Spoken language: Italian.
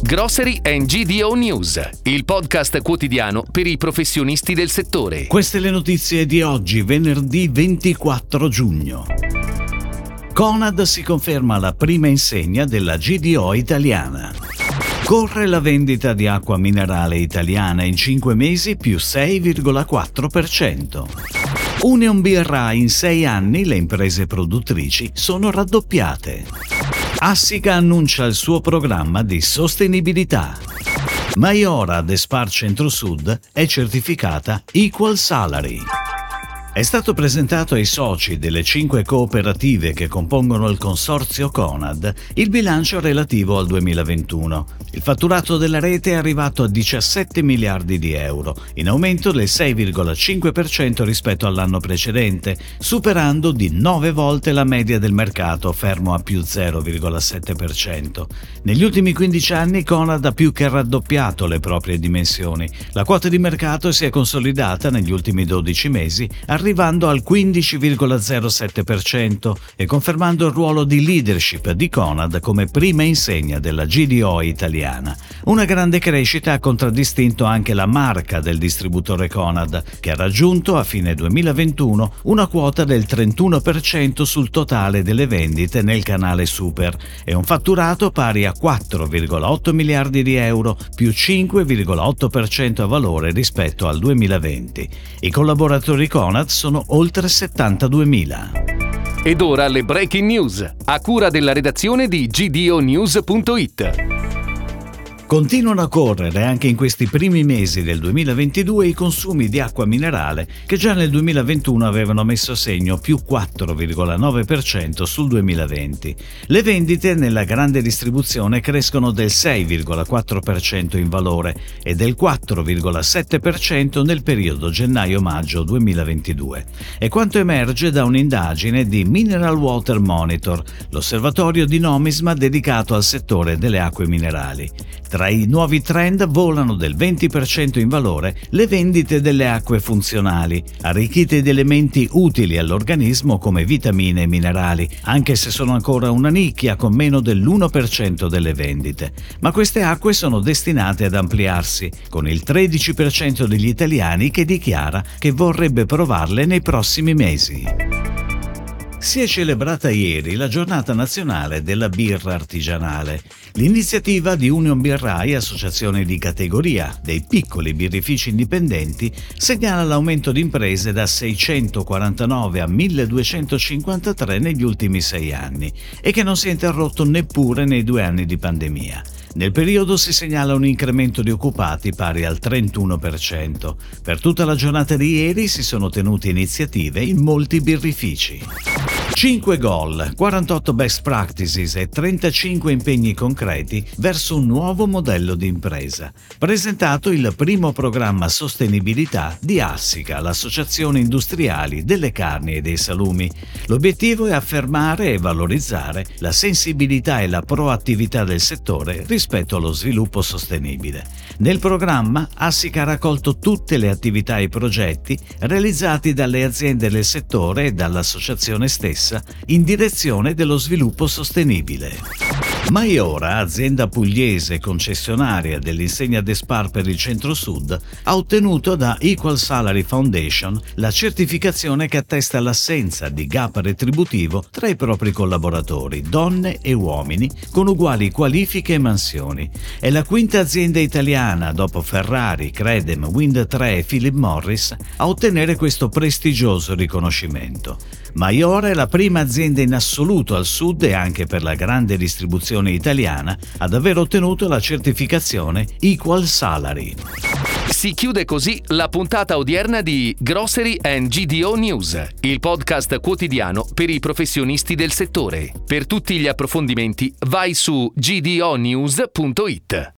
Grocery and GDO News, il podcast quotidiano per i professionisti del settore. Queste le notizie di oggi, venerdì 24 giugno. Conad si conferma la prima insegna della GDO italiana. Corre la vendita di acqua minerale italiana in 5 mesi più 6,4%. Union Birra in 6 anni le imprese produttrici sono raddoppiate. Assica annuncia il suo programma di sostenibilità. Maiora ad Espar Centro-Sud è certificata Equal Salary. È stato presentato ai soci delle 5 cooperative che compongono il consorzio Conad il bilancio relativo al 2021. Il fatturato della rete è arrivato a 17 miliardi di euro, in aumento del 6,5% rispetto all'anno precedente, superando di 9 volte la media del mercato, fermo a più 0,7%. Negli ultimi 15 anni Conad ha più che raddoppiato le proprie dimensioni. La quota di mercato si è consolidata negli ultimi 12 mesi, arrivando al 15,07% e confermando il ruolo di leadership di Conad come prima insegna della GDO italiana. Una grande crescita ha contraddistinto anche la marca del distributore Conad, che ha raggiunto a fine 2021 una quota del 31% sul totale delle vendite nel canale Super e un fatturato pari a 4,8 miliardi di euro, più 5,8% a valore rispetto al 2020. I collaboratori Conad sono oltre 72.000. Ed ora le breaking news, a cura della redazione di gdonews.it. Continuano a correre anche in questi primi mesi del 2022 i consumi di acqua minerale che già nel 2021 avevano messo a segno più 4,9% sul 2020. Le vendite nella grande distribuzione crescono del 6,4% in valore e del 4,7% nel periodo gennaio-maggio 2022. È quanto emerge da un'indagine di Mineral Water Monitor, l'osservatorio di nomisma dedicato al settore delle acque minerali. Tra i nuovi trend volano del 20% in valore le vendite delle acque funzionali, arricchite di elementi utili all'organismo come vitamine e minerali, anche se sono ancora una nicchia con meno dell'1% delle vendite. Ma queste acque sono destinate ad ampliarsi, con il 13% degli italiani che dichiara che vorrebbe provarle nei prossimi mesi. Si è celebrata ieri la giornata nazionale della birra artigianale. L'iniziativa di Union Birrai, associazione di categoria dei piccoli birrifici indipendenti, segnala l'aumento di imprese da 649 a 1253 negli ultimi 6 anni e che non si è interrotto neppure nei 2 anni di pandemia. Nel periodo si segnala un incremento di occupati pari al 31%. Per tutta la giornata di ieri si sono tenute iniziative in molti birrifici. 5 goal, 48 best practices e 35 impegni concreti verso un nuovo modello di impresa. Presentato il primo programma sostenibilità di Assica, l'associazione industriali delle carni e dei salumi. L'obiettivo è affermare e valorizzare la sensibilità e la proattività del settore rispetto allo sviluppo sostenibile. Nel programma Assica ha raccolto tutte le attività e progetti realizzati dalle aziende del settore e dall'associazione stessa in direzione dello sviluppo sostenibile. Maiora, azienda pugliese concessionaria dell'insegna Despar per il Centro-Sud, ha ottenuto da Equal Salary Foundation la certificazione che attesta l'assenza di gap retributivo tra i propri collaboratori, donne e uomini, con uguali qualifiche e mansioni. È la quinta azienda italiana, dopo Ferrari, Credem, Wind3 e Philip Morris, a ottenere questo prestigioso riconoscimento. Maiora è la prima azienda in assoluto al sud e anche per la grande distribuzione italiana ad aver ottenuto la certificazione Equal Salary. Si chiude così la puntata odierna di Grocery and GDO News, il podcast quotidiano per i professionisti del settore. Per tutti gli approfondimenti vai su gdonews.it.